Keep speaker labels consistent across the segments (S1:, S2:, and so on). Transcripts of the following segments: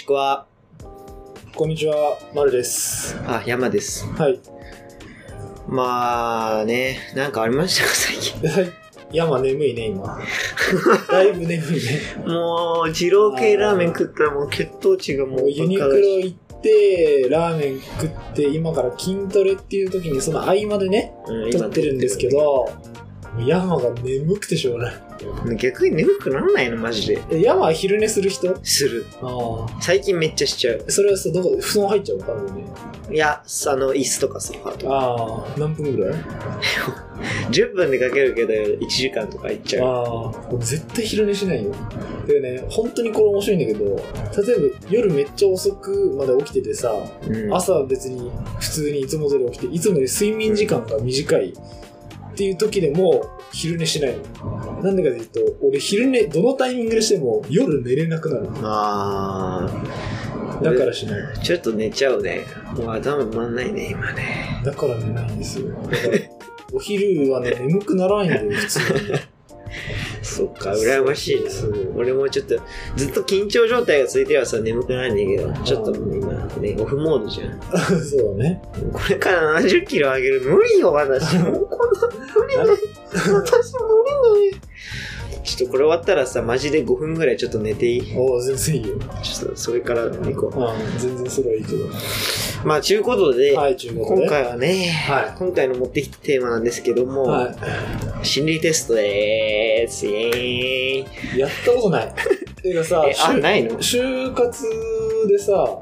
S1: くは。
S2: こんにちは、まるです。
S1: あ、山です。
S2: はい。
S1: まあね、なんかありましたか最近。
S2: 山眠いね今。だいぶ眠いね。
S1: もう二郎系ラーメン食ったらもう血糖値がもう
S2: ユニクロ行ってラーメン食って今から筋トレっていう時にその合間でね、撮ってるんですけど、山が眠くてしょうがない。
S1: 逆に眠くならないのマジで。
S2: 山は昼寝する人？
S1: する。
S2: ああ。
S1: 最近めっちゃしちゃう。
S2: それはさ、どこで布団入っちゃうの多分ね。
S1: いや、椅子とかソファーとか。
S2: ああ、何分ぐらい
S1: ？10分でかけるけど1時間とかいっちゃう。
S2: ああ、絶対昼寝しないよ。でね、本当にこれ面白いんだけど、例えば夜めっちゃ遅くまで起きててさ、朝は別に普通にいつも通り起きて、いつもより睡眠時間が短いっていう時でも昼寝しないの。なんでかというと、俺昼寝どのタイミングでしても夜寝れなくなる。
S1: ああ。
S2: だからしない。
S1: ちょっと寝ちゃうね。もう頭回んないね今ね。
S2: だから寝ないんですよ。だからお昼はね眠くならないんだよ普通に。
S1: そっか、羨ましいな。俺もちょっとずっと緊張状態が続いてはさ眠くないんだけど、ちょっと今ねオフモードじゃん。
S2: そうだね。
S1: これから70キロ上げる無理よ私。もうこんな無理ね。私無理ね。ちょっとこれ終わったらさマジで5分ぐらいちょっと寝ていい？
S2: おお全然いいよ。
S1: ちょっとそれから行こう。
S2: 全然それはいいけど。
S1: まあちゅうことで、
S2: はい、
S1: 今回はね、今回の持ってきたテーマなんですけども、心理テストでーす。イエーイ。
S2: やったことない。てかさ、
S1: ないの？
S2: 就活でさ、
S1: はい。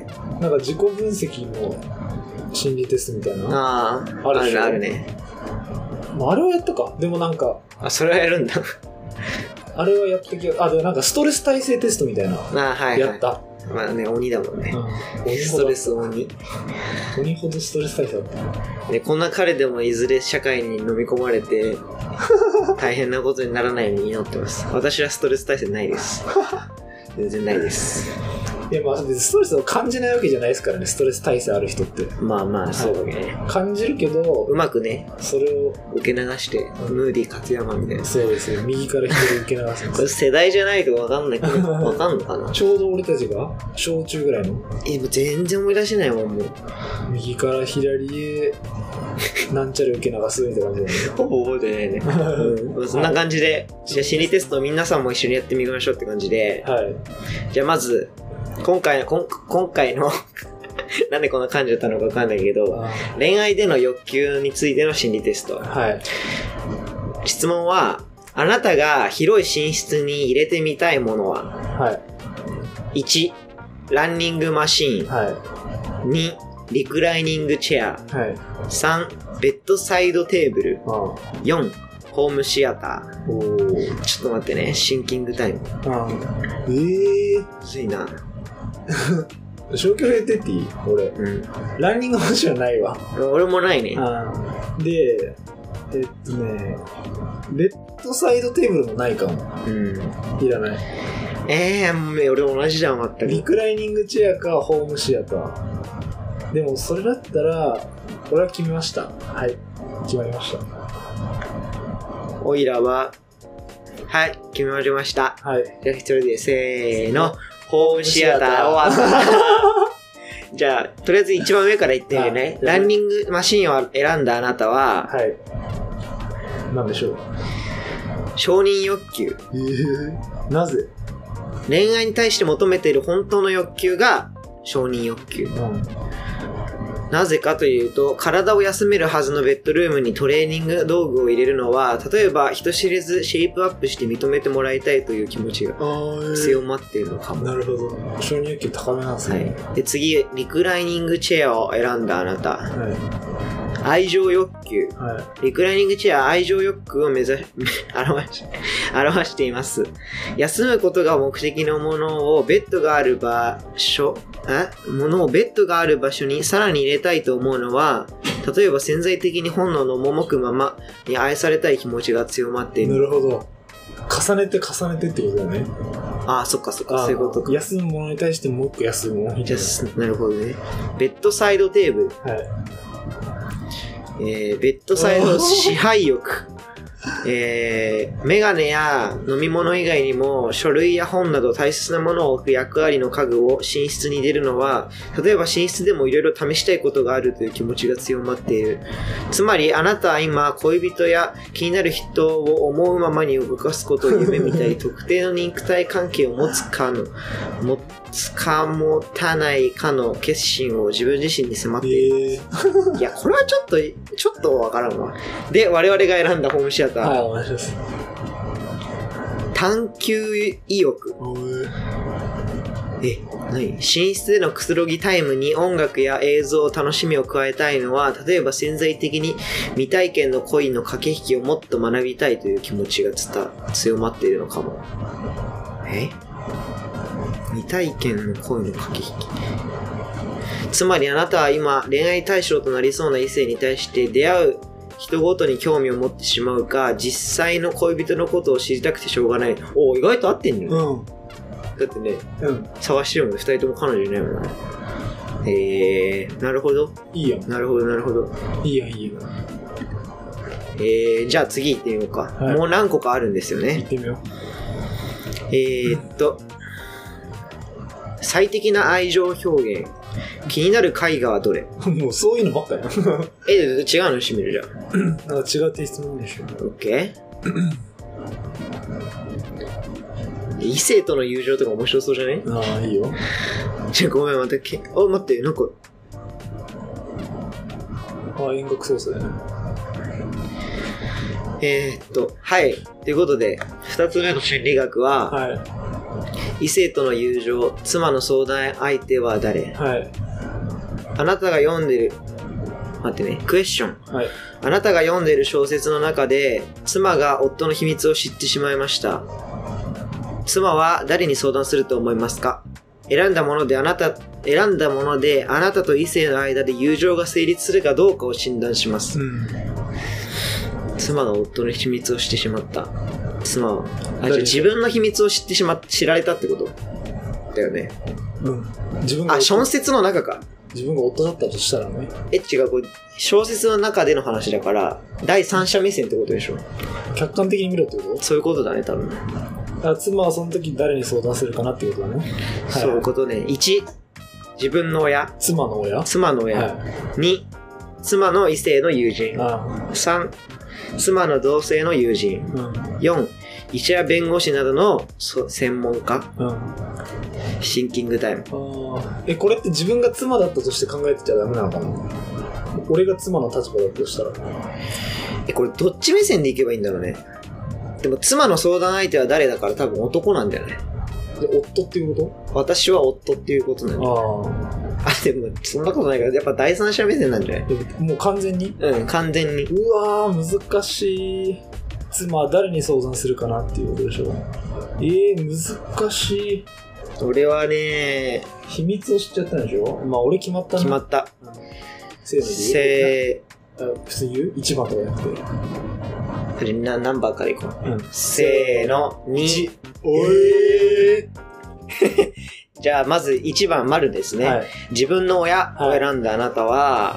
S2: なんか自己分析の心理テストみたいな。
S1: あるね。
S2: あれはやったか。でもなんか。
S1: それはやるんだ。
S2: あれはやったけど、でもなんかストレス耐性テストみたいな。やった。
S1: まあね、鬼だもんね。ストレス鬼。
S2: 鬼ほどストレス耐性だった。
S1: で、こんな彼でもいずれ社会に飲み込まれて、大変なことにならないように祈ってます。私はストレス耐性ないです。全然ないです。
S2: いやまあストレスを感じないわけじゃないですからね。ストレス耐性ある人って
S1: まあそうだね。
S2: 感じるけど
S1: うまくね
S2: それを
S1: 受け流してムーディ勝山みたいな。
S2: そうですよ。右から左受け流すんです。
S1: これ世代じゃないと分かんないけど分かんのかな。
S2: ちょうど俺たちが小中ぐらいの。
S1: もう全然思い出せないもん。もう
S2: 右から左へなんちゃら受け流すみたいな感じだね。
S1: ほぼ覚えてないね。そんな感じで、じゃあ心理テストを皆さんも一緒にやってみましょうって感じで、じゃあまず今回のなんでこんな感じだったのか分かんないけど、恋愛での欲求についての心理テスト。質問は、あなたが広い寝室に入れてみたいものは、1、ランニングマシーン、2、リクライニングチェア、3、ベッドサイドテーブル、4、ホームシアター。ちょっと待ってね、シンキングタイム。むずいな。
S2: 消去法やってっていい？俺。ランニングマシンはないわ。
S1: 俺もないね。
S2: で、ベッドサイドテーブルもないかも。いらない。
S1: もう俺同じじゃん、全く。
S2: リクライニングチェアかホームシアター。でもそれだったら、俺は決めました。はい。決まりました。
S1: おいらは、はい、決めました。じゃあ一人で、せーの、ホームシアター終わった。じゃあ、とりあえず一番上から言ってみるね。ランニングマシンを選んだあなたは、
S2: 何でしょう？
S1: 承認欲求。
S2: なぜ？
S1: 恋愛に対して求めている本当の欲求が承認欲求。なぜかというと、体を休めるはずのベッドルームにトレーニング道具を入れるのは、例えば人知れずシェイプアップして認めてもらいたいという気持ちが強まっているのかも。
S2: なるほど。承認欲求高めなんですね。
S1: で、次、リクライニングチェアを選んだあなた。愛情欲求。リクライニングチェアは愛情欲求を表しています。休むことが目的のものをベッドがある場所にさらに入れたいと思うのは、例えば潜在的に本能の赴くままに愛されたい気持ちが強まっている。
S2: なるほど。重ねてってことだね。
S1: そっかそういうことか。
S2: 休むものに対してもう一個休むものに対して。
S1: なるほどね。ベッドサイドテーブル。ベッドサイド支配欲。 メガネや飲み物以外にも書類や本など大切なものを置く役割の家具を寝室に出るのは、例えば寝室でもいろいろ試したいことがあるという気持ちが強まっている。つまりあなたは今恋人や気になる人を思うままに動かすことを夢見たり特定の肉体関係を持つか持たないかの決心を自分自身に迫っている。いや、これはちょっとわからんわ。で、我々が選んだホームシアター。
S2: はい、お願いします。
S1: 探求意欲。何？寝室でのくつろぎタイムに音楽や映像、楽しみを加えたいのは、例えば潜在的に未体験の恋の駆け引きをもっと学びたいという気持ちが強まっているのかも。未体験の恋の駆け引き。つまりあなたは今恋愛対象となりそうな異性に対して出会う人ごとに興味を持ってしまうか、実際の恋人のことを知りたくてしょうがない。意外と合ってんじゃん。だってね、探してるもんね、二人とも彼女いないもんね。なるほど。
S2: いいよ。
S1: なるほど。
S2: いいよ。
S1: じゃあ次行ってみようか。
S2: はい、
S1: もう何個かあるんですよね。
S2: 行ってみよ
S1: う。最適な愛情表現。気になる絵画はどれ？
S2: もうそういうのばっかや。
S1: 違うのしてみるじゃん。
S2: なんか違うテイストなんでしょ。
S1: OK？ 異性との友情とか面白そうじゃね？
S2: ああ、いいよ。
S1: ごめん、待って、なんか。
S2: 遠隔操作だよね。
S1: はい。ということで、二つ目の心理学は、
S2: はい、
S1: 異性との友情、妻の相談相手は誰？
S2: はい。
S1: あなたが読んでる、待ってね、クエスチョン。
S2: はい。
S1: あなたが読んでいる小説の中で、妻が夫の秘密を知ってしまいました。妻は誰に相談すると思いますか？選んだものであなたと異性の間で友情が成立するかどうかを診断します。妻が夫の秘密を知ってしまった。妻は、じゃあ自分の秘密を知られたってことだよね。
S2: 自分が
S1: 小説の中か。
S2: 自分が夫だったとしたらね。
S1: 違う、これ小説の中での話だから、第三者目線ってことでしょ。
S2: 客観的に見ろってこと？そう
S1: いうことだね、多分。
S2: 妻はその時誰に相談するかなっていうことだね。
S1: そういうことね。1、自分の親。
S2: 妻の親。
S1: 2、妻の異性の友人。3、妻の同性の友人。4、医者や弁護士などの専門家。シンキングタイム。
S2: これって自分が妻だったとして考えてちゃダメなのかな？俺が妻の立場だとしたら。
S1: これどっち目線でいけばいいんだろうね。でも妻の相談相手は誰だから多分男なんだよね。
S2: で、夫っていうこと？
S1: 私は夫っていうことなんだよ。でもそんなことないからやっぱ第三者目線なんじゃない？
S2: もう完全に？
S1: 完全に。
S2: うわー、難しい。妻は誰に相談するかなっていうことでしょ。難しい。
S1: 俺はね、
S2: 秘密を知っちゃったんでしょ。俺決まったな。
S1: 決まった。
S2: 普通に言う ?1 番とかじゃなくて。
S1: 何番からいこう。せーの、2。じゃあまず1番丸ですね。自分の親を選んだあなたは、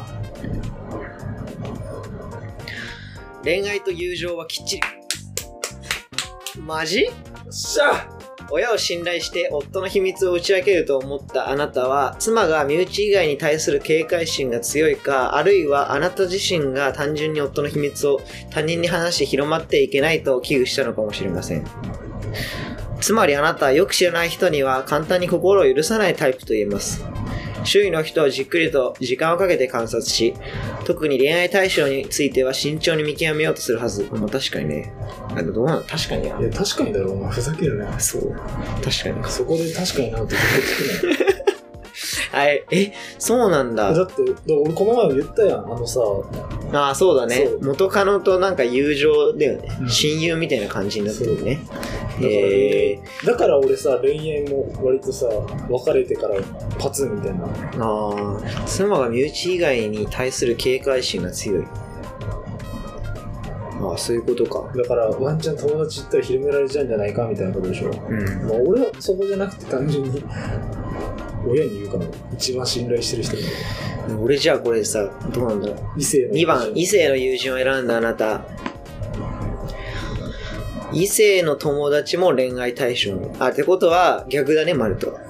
S1: 恋愛と友情はきっちり。マジ？よっしゃ！親を信頼して夫の秘密を打ち明けると思ったあなたは、妻が身内以外に対する警戒心が強いか、あるいはあなた自身が単純に夫の秘密を他人に話して広まっていけないと危惧したのかもしれません。つまりあなたはよく知らない人には簡単に心を許さないタイプと言えます。周囲の人をじっくりと時間をかけて観察し、特に恋愛対象については慎重に見極めようとするはず。確かにね。どうなの？確かにや。
S2: いや、確かにだろうな。ふざけるね。
S1: そう。確かに。
S2: そこで確かになって絶対聞くね。
S1: はい。そうなんだ。
S2: だって俺この前も言ったやん。
S1: そうだね。元カノとなんか友情だよね。親友みたいな感じになってるね。
S2: だから俺さ、恋愛も割とさ、別れてからパツンみたいな。
S1: 妻が身内以外に対する警戒心が強い。そういうことか。
S2: だからワンチャン友達言ったら広められちゃうんじゃないかみたいなことでしょ。俺はそこじゃなくて単純に親に言うかな。一番信頼してる人に。
S1: 俺じゃあこれさ、どうなんだろう。2番、異性の友人を選んだあなた。 異性の友達も恋愛対象。ってことは逆だね、マルト。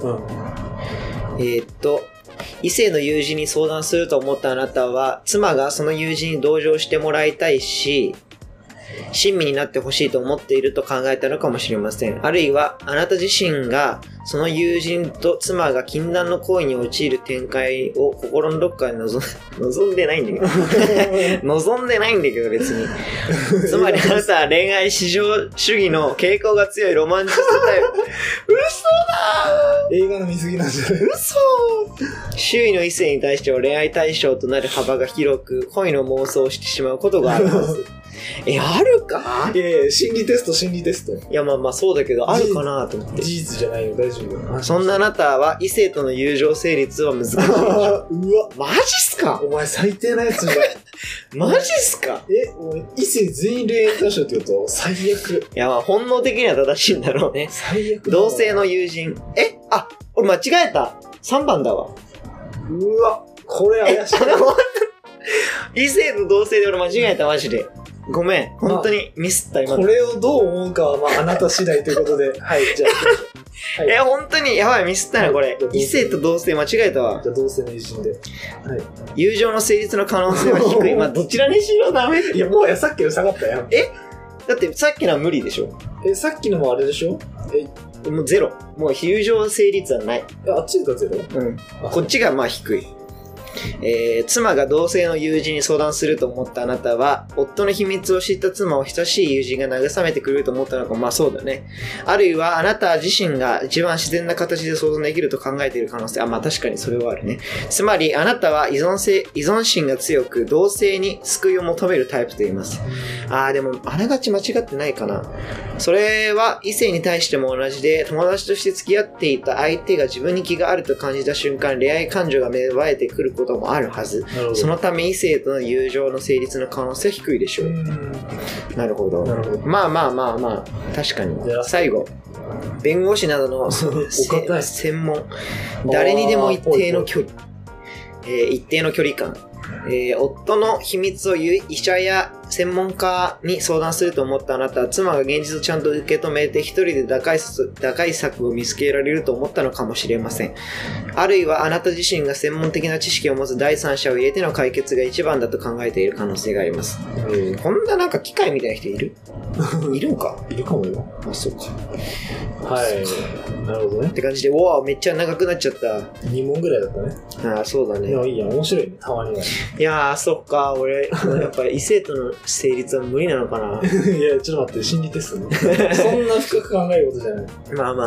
S1: 異性の友人に相談すると思ったあなたは、妻がその友人に同情してもらいたいし、親身になってほしいと思っていると考えたのかもしれません。あるいは、あなた自身がその友人と妻が禁断の行為に陥る展開を心のどっかで望んでないんだけど。望んでないんだけど、別に。つまりあなたは恋愛至上主義の傾向が強いロマンチストタイプ。嘘だ
S2: 映画の見過ぎなんじゃない？
S1: 嘘周囲の異性に対しては恋愛対象となる幅が広く、恋の妄想をしてしまうことがあるはず。あるか？
S2: いやいや、心理テスト。
S1: いや、まあそうだけど、あるかなと思って。
S2: 事実じゃないよ、大丈夫。
S1: そんなあなたは異性との友情成立は難しいでしょ。
S2: うわ、
S1: マジっすか？
S2: お前最低なやつじゃん。
S1: マジっすか？
S2: 異性全員恋愛対象って言うと最悪。
S1: いや、本能的には正しいんだろうね。
S2: 最悪。
S1: 同性の友人。俺間違えた。3番だわ。
S2: うわ、これ怪しい。
S1: 異性と同性で俺間違えた、マジで。ごめん。本当にミスった、今。
S2: これをどう思うかは、あなた次第ということで。はい、じゃ
S1: あ。本当にやばい、ミスったな、これ。異性と同性間違えたわ。
S2: じゃあ同性の友人で。はい。
S1: 友情の成立の可能性は低い。どちらにしろダメ。
S2: いや、もうさっきの下がったやん。
S1: だってさっきのは無理でしょ。
S2: さっきのもあれでしょ？
S1: もうゼロ。もう友情成立はない。
S2: あっちがゼロ？
S1: こっちが低い。妻が同性の友人に相談すると思ったあなたは、夫の秘密を知った妻を親しい友人が慰めてくれると思ったのか、そうだね。あるいはあなた自身が一番自然な形で相談できると考えている可能性。確かにそれはあるね。つまりあなたは依存心が強く、同性に救いを求めるタイプと言います。でもあながち間違ってないかな。それは異性に対しても同じで、友達として付き合っていた相手が自分に気があると感じた瞬間、恋愛感情が芽生えてくることもあるはず。そのため異性との友情の成立の可能性は低いでしょう。なるほど。まあ確かに。最後、弁護士などの専門、誰にでも一定の距離感、夫の秘密を医者や専門家に相談すると思ったあなたは、妻が現実をちゃんと受け止めて一人で打開策を見つけられると思ったのかもしれません。あるいはあなた自身が専門的な知識を持つ第三者を入れての解決が一番だと考えている可能性があります。こんな機械みたいな人いる？いるんか？
S2: いるかもよ。
S1: そうか。
S2: はい。なるほどね。
S1: って感じで、めっちゃ長くなっちゃった。
S2: 2問ぐらいだったね。
S1: そうだね。
S2: いや、いいや、面白いね、たまには。
S1: いやそっか、俺、やっぱり異性との成立は無理なのかな。
S2: いや、ちょっと待って、心理テストね。そんな深く考えることじゃない。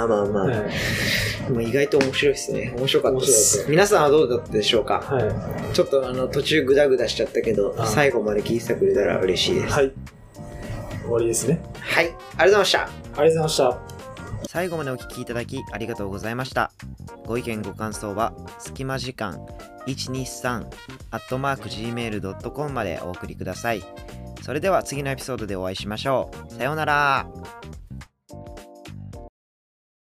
S1: 意外と面白いですね。面白かったです。皆さんはどうだったでしょうか？ちょっと途中グダグダしちゃったけど、最後まで聞いてくれたら嬉しいです。
S2: はい。終わりですね。
S1: はい。ありがとうございました。
S2: ありがとうございました。
S1: 最後までお聞きいただきありがとうございました。ご意見ご感想は隙間時間123@gmail.com までお送りください。それでは次のエピソードでお会いしましょう。さようなら。